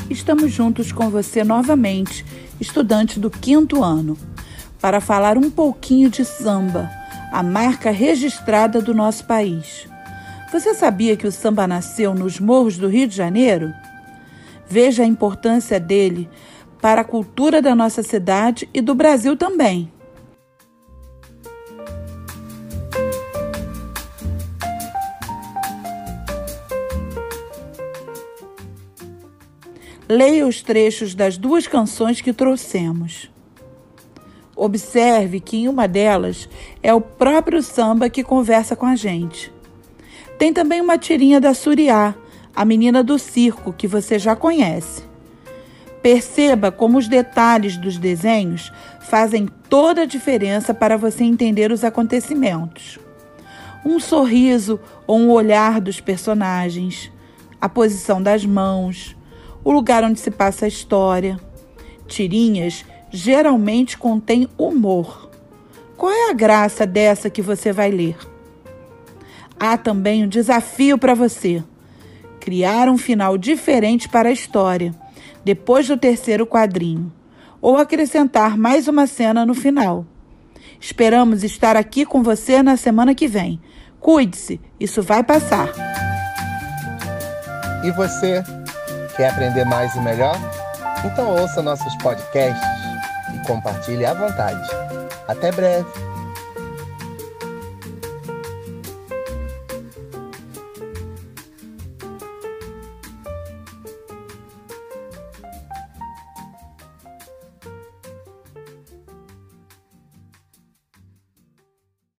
estamos juntos com você novamente, estudante do 5º ano, para falar um pouquinho de samba, a marca registrada do nosso país. Você sabia que o samba nasceu nos morros do Rio de Janeiro? Veja a importância dele para a cultura da nossa cidade e do Brasil também. Leia os trechos das 2 canções que trouxemos. Observe que em uma delas é o próprio samba que conversa com a gente. Tem também uma tirinha da Suriá, a menina do circo, que você já conhece. Perceba como os detalhes dos desenhos fazem toda a diferença para você entender os acontecimentos. Um sorriso ou um olhar dos personagens, a posição das mãos, o lugar onde se passa a história. Tirinhas geralmente contêm humor. Qual é a graça dessa que você vai ler? Há também um desafio para você: criar um final diferente para a história, depois do 3º quadrinho, ou acrescentar mais uma cena no final. Esperamos estar aqui com você na semana que vem. Cuide-se, isso vai passar. E você? Quer aprender mais e melhor? Então ouça nossos podcasts e compartilhe à vontade. Até breve!